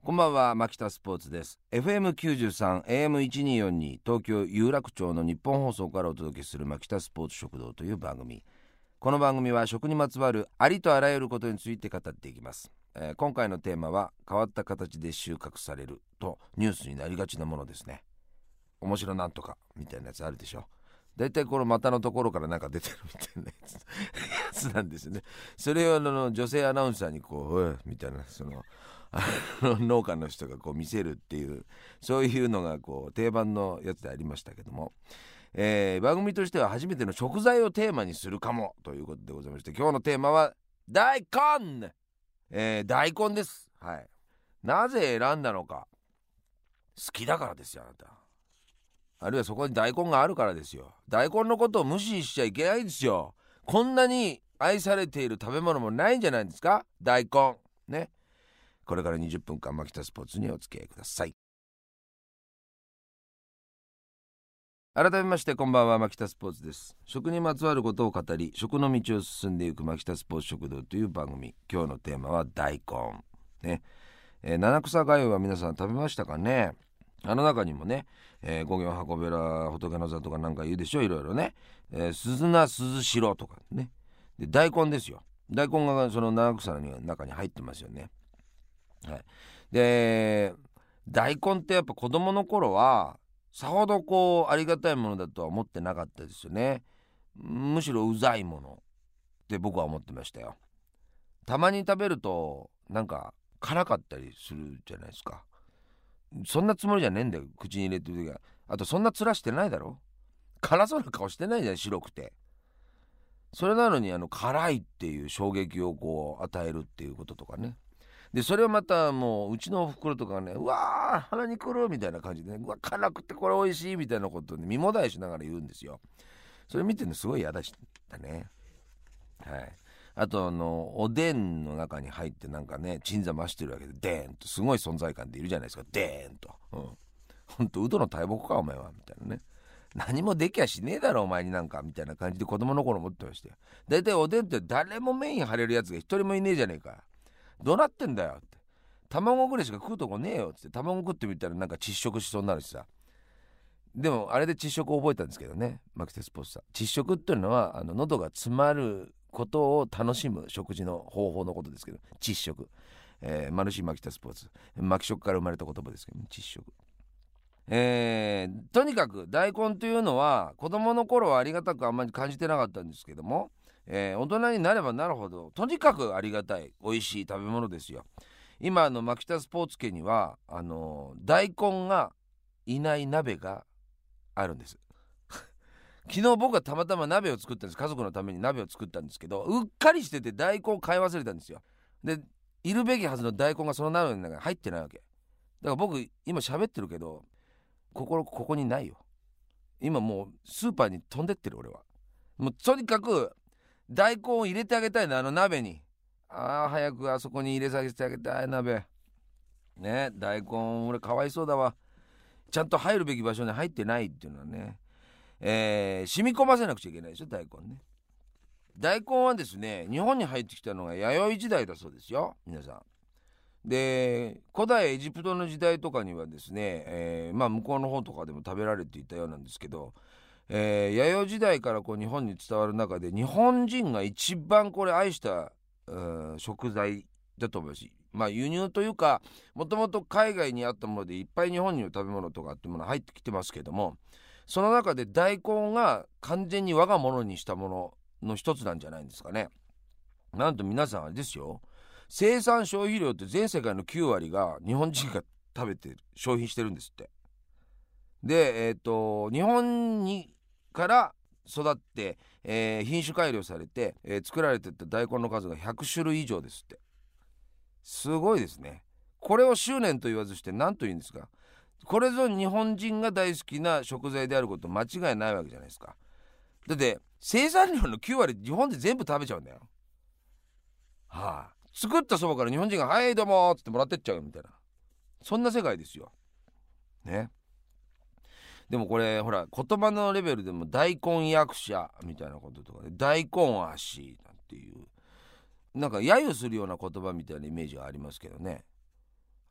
こんばんは、牧田スポーツです。 FM93 AM1242 東京有楽町の日本放送からお届けする牧田スポーツ食堂という番組。この番組は食にまつわるありとあらゆることについて語っていきます。今回のテーマは変わった形で収穫されるとニュースになりがちなものですね。面白なんとかみたいなやつあるでしょ。だいたいこの股のところからなんか出てるみたいなやつなんですよね。それを女性アナウンサーにこう、おいみたいな農家の人がこう見せるっていう、そういうのがこう定番のやつでありましたけども、番組としては初めての食材をテーマにするかもということでございまして、今日のテーマは大根、大根です。はい。なぜ選んだのか。好きだからですよ、あなた。あるいはそこに大根があるからですよ。大根のことを無視しちゃいけないですよ。こんなに愛されている食べ物もないんじゃないですか、大根ね。これから20分間牧田スポーツにお付き合いください。改めましてこんばんは、牧田スポーツです。食にまつわることを語り、食の道を進んでいく牧田スポーツ食堂という番組。今日のテーマは大根ね。七草がゆは皆さん食べましたかね。あの中にもね、五行箱べら仏の座とかなんか言うでしょ、いろいろね。鈴菜鈴代とかね。で大根ですよ。大根がその七草の中に入ってますよね。はい、で大根ってやっぱ子供の頃はさほどこうありがたいものだとは思ってなかったですよね。むしろうざいものって僕は思ってましたよ。たまに食べるとなんか辛かったりするじゃないですか。そんなつもりじゃねえんだよ、口に入れてる時は。あとそんな面してないだろ。辛そうな顔してないじゃん、白くて。それなのに辛いっていう衝撃をこう与えるっていうこととかね。でそれをまたもううちのおふくろとかがね、うわー鼻にくるみたいな感じで、ね、うわ辛くてこれ美味しいみたいなことをね、身もだえしながら言うんですよ。それ見てね、すごい嫌だしたね。はい。あとおでんの中に入ってなんかね鎮座増してるわけで、デーンとすごい存在感でいるじゃないですか。デーンと、ほんとウドの大木かお前はみたいなね。何もできやしねえだろお前になんかみたいな感じで子供の頃思ってましたよ。だいたいおでんって誰もメイン張れるやつが一人もいねえじゃねえか。どうなってんだよって。卵ぐらいしか食うとこねえよって。卵食ってみたらなんか窒息しそうになるしさ。でもあれで窒息を覚えたんですけどね、マキテスポーツさん。窒息っていうのは喉が詰まることを楽しむ食事の方法のことですけど、窒息、マルシーマキタスポーツ、マキ食から生まれた言葉ですけど、窒息。とにかく大根というのは子供の頃はありがたくあんまり感じてなかったんですけども、大人になればなるほどとにかくありがたい美味しい食べ物ですよ。今マキタスポーツ家には大根がいない鍋があるんです。昨日僕はたまたま鍋を作ったんです。家族のために鍋を作ったんですけど、うっかりしてて大根を買い忘れたんですよ。でいるべきはずの大根がその鍋の中に入ってないわけだから、僕今喋ってるけどここにないよ。今もうスーパーに飛んでってる俺は。もうとにかく大根を入れてあげたいな、鍋に。早くあそこに入れさせてあげたい鍋ね。大根俺かわいそうだわ。ちゃんと入るべき場所に入ってないっていうのはね、染み込ませなくちゃいけないでしょ、大根ね。大根はですね、日本に入ってきたのが弥生時代だそうですよ、皆さん。で古代エジプトの時代とかにはですね、向こうの方とかでも食べられていたようなんですけど、弥生時代からこう日本に伝わる中で日本人が一番これ愛した、食材だと思います。輸入というかもともと海外にあったものでいっぱい日本にの食べ物とかっていうもの入ってきてますけども、その中で大根が完全に我が物にしたものの一つなんじゃないんですかね。なんと皆さんあれですよ、生産消費量って全世界の9割が日本人が食べて消費してるんですって。で日本にから育って、品種改良されて、作られていった大根の数が100種類以上ですって。すごいですね。これを執念と言わずして何と言うんですか。これぞ日本人が大好きな食材であること間違いないわけじゃないですか。だって生産量の9割日本で全部食べちゃうんだよ。作ったそばから日本人がはいどうもっつってもらってっちゃうみたいな、そんな世界ですよね。でもこれほら言葉のレベルでも大根役者みたいなこととかで、大根足なんていうなんか揶揄するような言葉みたいなイメージがありますけどね。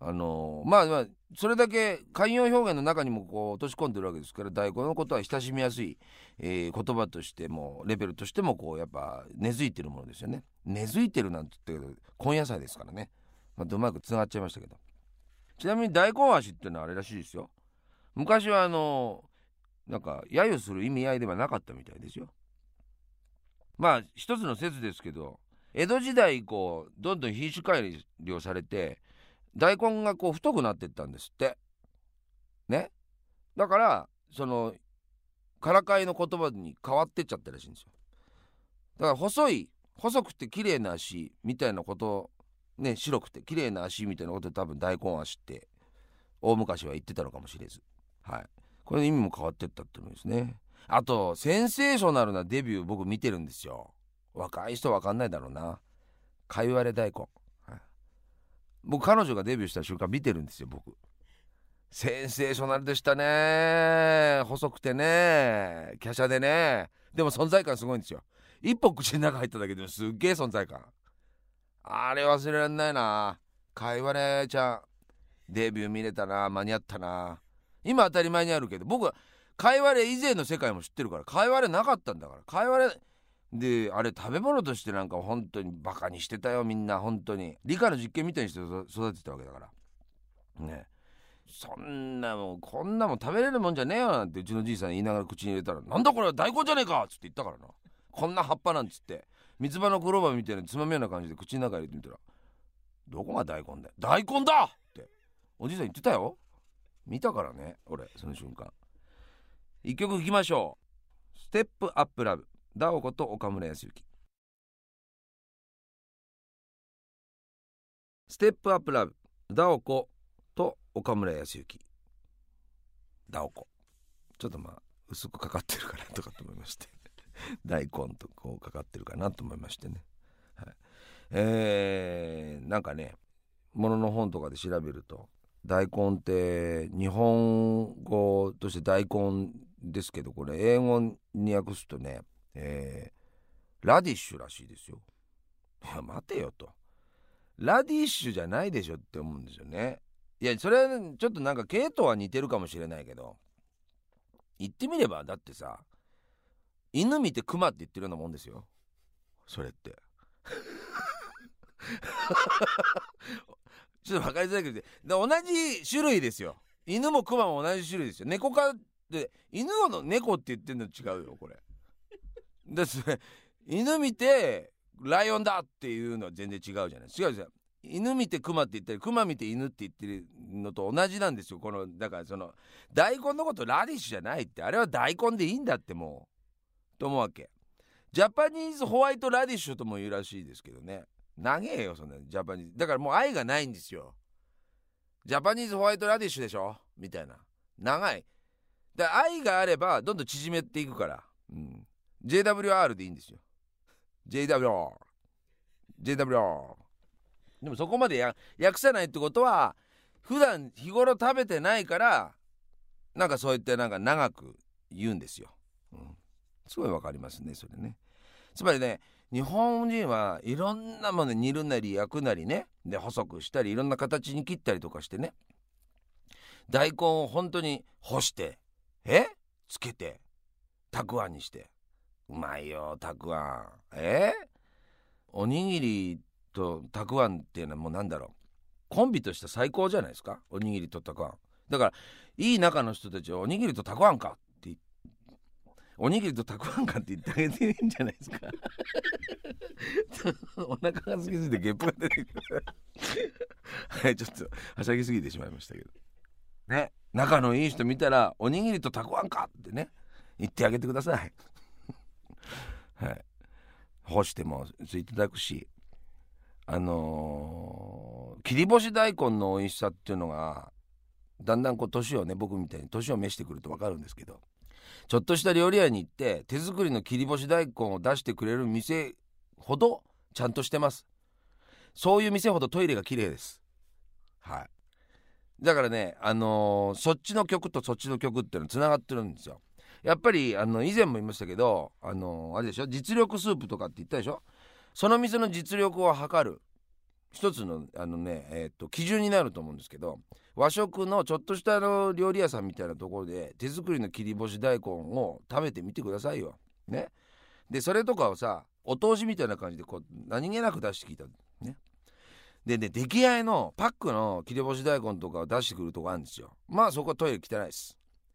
まあそれだけ慣用表現の中にもこう落とし込んでるわけですから、大根のことは親しみやすい、言葉としてもレベルとしてもこうやっぱ根付いてるものですよね。根付いてるなんて言ってるけど根野菜ですからね。うまくつながっちゃいましたけど、ちなみに大根足っていうのはあれらしいですよ。昔はなんか揶揄する意味合いではなかったみたいですよ。まあ一つの説ですけど、江戸時代以降どんどん品種改良されて大根がこう太くなっていったんですってね。だからそのからかいの言葉に変わってっちゃったらしいんですよ。だから細くて綺麗な足みたいなことね、白くて綺麗な足みたいなことで多分大根足って大昔は言ってたのかもしれず、はい、これの意味も変わってったっていうのですね。あとセンセーショナルなデビュー僕見てるんですよ。若い人わかんないだろうな。かいわれ大根、はい、僕彼女がデビューした瞬間見てるんですよ。僕センセーショナルでしたね。細くてね、華奢でね、でも存在感すごいんですよ。一歩口の中入っただけでもすっげえ存在感、あれ忘れられないな。かいわれちゃんデビュー見れたな。間に合ったな。今当たり前にあるけど僕はかいわれ以前の世界も知ってるから。かいわれなかったんだから。かいわれであれ食べ物としてなんか本当にバカにしてたよ。みんな本当に理科の実験みたいにして育てたわけだからね。そんなもんこんなもん食べれるもんじゃねえよなんてうちのじいさん言いながら口に入れたら、なんだこれは大根じゃねえかっつって言ったからな。こんな葉っぱなんつって三つ葉のクローバーみたいなつまむような感じで口の中入れてみたら、どこが大根だよ、大根だっておじいさん言ってたよ。見たからね俺その瞬間。一曲いきましょう。ステップアップラブ、ダオコと岡村康之。ステップアップラブ、ダオコと岡村康之。ダオコちょっとまあ薄くかかってるかなとかと思いまして大根とこうかかってるかなと思いましてね、はい、なんかねものの本とかで調べると大根って日本語として大根ですけど、これ英語に訳すとね、ラディッシュらしいですよ。いや待てよと、ラディッシュじゃないでしょって思うんですよね。いやそれはちょっとなんか系統は似てるかもしれないけど、言ってみればだってさ、犬見てクマって言ってるようなもんですよそれってちょっと分かりづらいけど同じ種類ですよ。犬もクマも同じ種類ですよ。猫科って犬の猫って言ってんの違うよこれ。だって犬見てライオンだっていうのは全然違うじゃない。違うじゃん。犬見てクマって言ったりクマ見て犬って言ってるのと同じなんですよ。このだからその大根のことラディッシュじゃないって、あれは大根でいいんだってもうと思うわけ。ジャパニーズホワイトラディッシュとも言うらしいですけどね。長えよそんなジャパニーズだからもう愛がないんですよ。ジャパニーズホワイトラディッシュでしょみたいな長いだ愛があればどんどん縮めていくから、JWR でいいんですよ。 JWR でもそこまで訳さないってことは普段日頃食べてないからなんかそうやってなんか長く言うんですよ、すごいわかりますねそれね。つまりね日本人はいろんなもの煮るなり焼くなりねで細くしたりいろんな形に切ったりとかしてね、大根を本当に干してつけてたくあんにしてうまいよたくあん。おにぎりとたくあんっていうのはもうなんだろうコンビとして最高じゃないですか。おにぎりとたくあんだからいい仲の人たちはおにぎりとたくあんかっておにぎりとたくあんかって言ってあげていいんじゃないですかお腹が空きすぎてゲップが出てくるはいちょっとはしゃぎすぎてしまいましたけどね。仲のいい人見たらおにぎりとたくあんかってね言ってあげてくださいはい干してもいただくし切り干し大根の美味しさっていうのがだんだんこう年をね僕みたいに年を召してくると分かるんですけど、ちょっとした料理屋に行って手作りの切り干し大根を出してくれる店ほどちゃんとしてます。そういう店ほどトイレが綺麗です。はいだからねそっちの曲とそっちの曲っていうのつながってるんですよ。やっぱり以前も言いましたけどあれでしょ実力スープとかって言ったでしょ。その店の実力を測る一つの基準になると思うんですけど、和食のちょっとした料理屋さんみたいなところで手作りの切り干し大根を食べてみてくださいよ。ね。でそれとかをさ、お通しみたいな感じでこう何気なく出してきたね。でね、出来合いのパックの切り干し大根とかを出してくるとこあるんですよ。まあそこはトイレ汚いです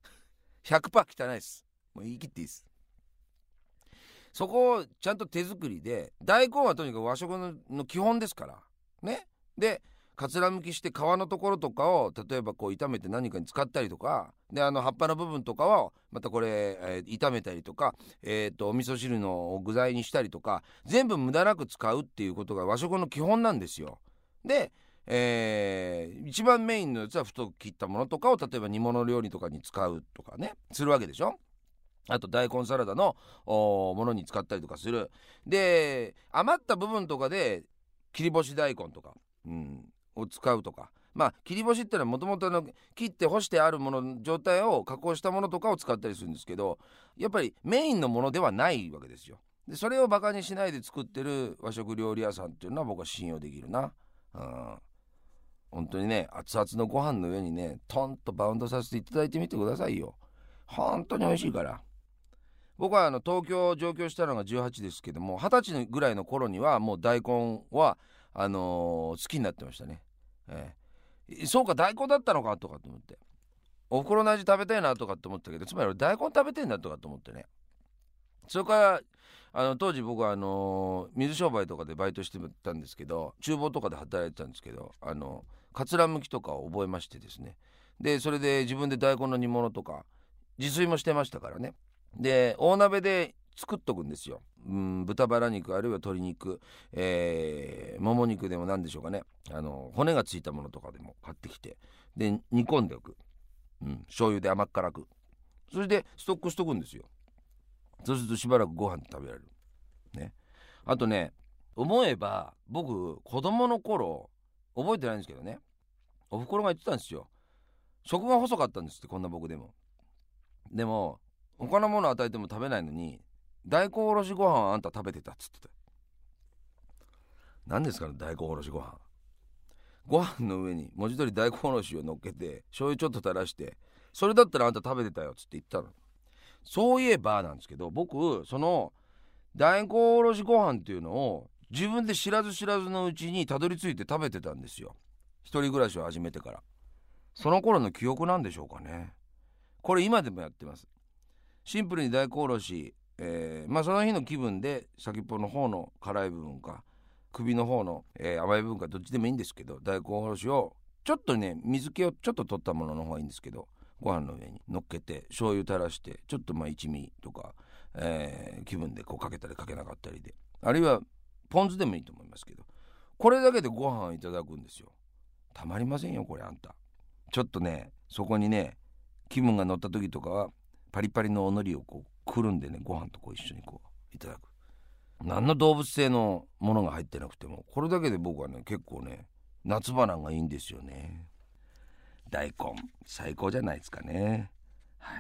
。100% 汚いです。もう言い切っていいです。そこをちゃんと手作りで、大根はとにかく和食の基本ですからね。でかつらむきして皮のところとかを例えばこう炒めて何かに使ったりとかで、葉っぱの部分とかはまたこれ、炒めたりとか、お味噌汁の具材にしたりとか、全部無駄なく使うっていうことが和食の基本なんですよ。で、一番メインのやつは太く切ったものとかを例えば煮物料理とかに使うとかね、するわけでしょ。あと大根サラダのものに使ったりとかする。で余った部分とかで切り干し大根とか、を使うとか、まあ切り干しってのはもともと切って干してあるものの状態を加工したものとかを使ったりするんですけど、やっぱりメインのものではないわけですよ。でそれをバカにしないで作ってる和食料理屋さんっていうのは僕は信用できるな。本当にね、熱々のご飯の上にねトンとバウンドさせていただいてみてくださいよ。本当に美味しいから。僕は東京上京したのが18ですけども、20歳ぐらいの頃にはもう大根は好きになってましたね。そうか大根だったのかとかと思って、お袋の味食べたいなとかって思ったけど、つまり俺大根食べてんだとかと思ってね。それから当時僕は水商売とかでバイトしてたんですけど、厨房とかで働いてたんですけど、かつらむきとかを覚えましてですね。でそれで自分で大根の煮物とか自炊もしてましたからね。で大鍋で作っとくんですよ。豚バラ肉あるいは鶏肉、もも肉でも何でしょうかね、骨がついたものとかでも買ってきて、で煮込んでおく、醤油で甘っ辛く、それでストックしとくんですよ。そうするとしばらくご飯食べられるね。あとね、思えば僕子供の頃覚えてないんですけどね、おふくろが言ってたんですよ。食が細かったんですって、こんな僕でも。でも他のもの与えても食べないのに大根おろしご飯あんた食べてたっつってた。何ですかね、大根おろしご飯。ご飯の上に文字通り大根おろしを乗っけて醤油ちょっと垂らして、それだったらあんた食べてたよっつって言ったの。そういえばなんですけど、僕その大根おろしご飯っていうのを自分で知らず知らずのうちにたどり着いて食べてたんですよ。一人暮らしを始めてから。その頃の記憶なんでしょうかね。これ今でもやってます。シンプルに大根おろし、その日の気分で先っぽの方の辛い部分か首の方の、甘い部分かどっちでもいいんですけど、大根おろしをちょっとね水気をちょっと取ったものの方がいいんですけど、ご飯の上に乗っけて醤油垂らしてちょっと一味とか、気分でこうかけたりかけなかったりで、あるいはポン酢でもいいと思いますけど、これだけでご飯をいただくんですよ。たまりませんよこれ。あんたちょっとね、そこにね気分が乗った時とかはパリパリのおのりをこうくるんでね、ご飯とこう一緒にこういただく。何の動物性のものが入ってなくてもこれだけで僕はね結構ね夏場なんかいいんですよね。大根最高じゃないですかね。はい。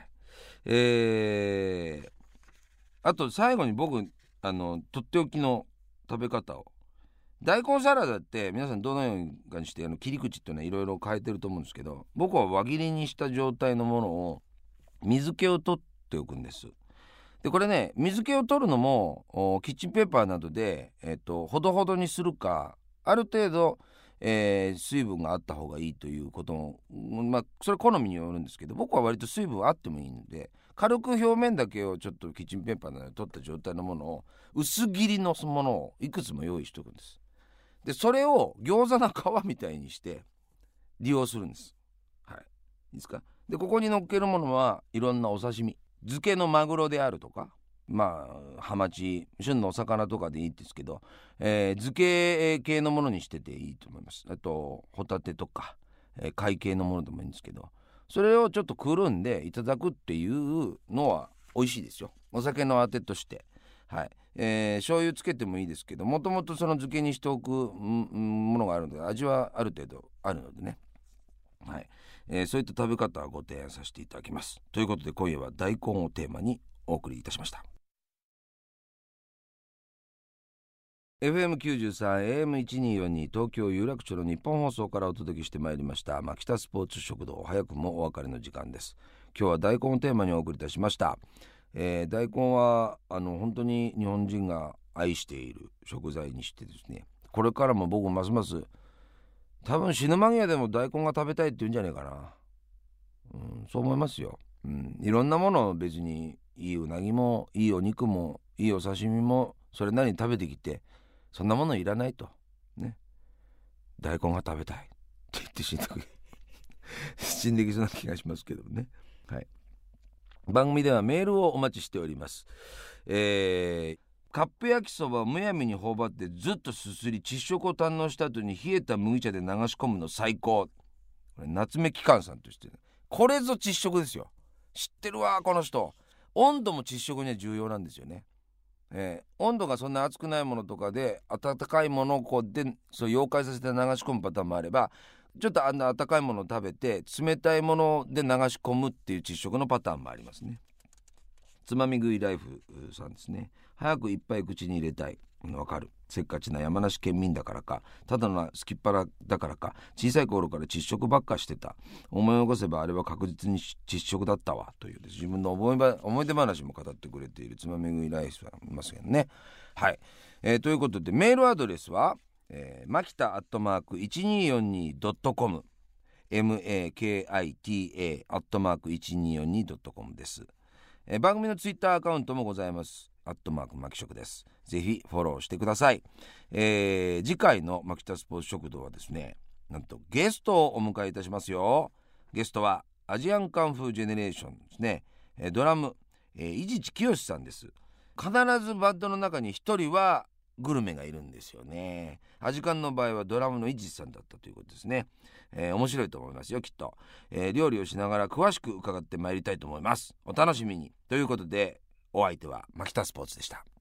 あと最後に僕とっておきの食べ方を、大根サラダって皆さんどのようにして切り口っていうのはいろいろ変えてると思うんですけど、僕は輪切りにした状態のものを水気を取っておくんです。でこれね、水気を取るのもキッチンペーパーなどで、ほどほどにするか、ある程度、水分があった方がいいということも、それ好みによるんですけど、僕は割と水分あってもいいので軽く表面だけをちょっとキッチンペーパーなどで取った状態のものを薄切りのものをいくつも用意しておくんです。でそれを餃子の皮みたいにして利用するんです。はい、いいですか。でここに乗っけるものはいろんなお刺身、漬けのマグロであるとか、ハマチ、旬のお魚とかでいいですけど、漬け系のものにしてていいと思います。あとホタテとか、貝系のものでもいいんですけど、それをちょっとくるんでいただくっていうのは美味しいですよ、お酒のあてとして。はい。醤油つけてもいいですけど、もともとその漬けにしておくものがあるので味はある程度あるのでね。はい。そういった食べ方をご提案させていただきます。ということで今夜は大根をテーマにお送りいたしました。 FM93 AM1242 東京有楽町の日本放送からお届けしてまいりました牧田スポーツ食堂、早くもお別れの時間です。今日は大根をテーマにお送りいたしました。大根は本当に日本人が愛している食材にしてですね、これからも僕ますます多分死ぬ間際でも大根が食べたいって言うんじゃねえかな、そう思いますよ。いろんなもの、別にいいうなぎもいいお肉もいいお刺身もそれなりに食べてきて、そんなものいらないとね、大根が食べたいって言って死んできそうな気がしますけどね。はい、番組ではメールをお待ちしております。カップ焼きそばをむやみに頬張ってずっとすすり窒食を堪能した後に冷えた麦茶で流し込むの最高。これ夏目きかんさんとして、ね、これぞ窒食ですよ。知ってるわこの人。温度も窒食には重要なんですよね。温度がそんな熱くないものとかで温かいものをこうでそう溶解させて流し込むパターンもあれば、ちょっと温かいものを食べて冷たいもので流し込むっていう窒息のパターンもありますね。つまみ食いライフさんですね。早くいっぱい口に入れたい。わかる。せっかちな山梨県民だからか、ただのすきっ腹だからか、小さい頃から窒息ばっかしてた。思い起こせばあれは確実に窒息だったわというです、自分の思い出話も語ってくれているつまみ食いライフさんいますけどね。はい、ということでメールアドレスは、マキタ@1242.com makita@1242.com です。番組のツイッターアカウントもございます。マキ食です。ぜひフォローしてください。次回のマキタスポーツ食堂はですね、なんとゲストをお迎えいたしますよ。ゲストはアジアンカンフージェネレーションですね、ドラム、伊地知清さんです。必ずバンドの中に一人はグルメがいるんですよね。アジカンの場合はドラムの伊地さんだったということですね。面白いと思いますよきっと。料理をしながら詳しく伺ってまいりたいと思います。お楽しみに。ということでお相手はマキタスポーツでした。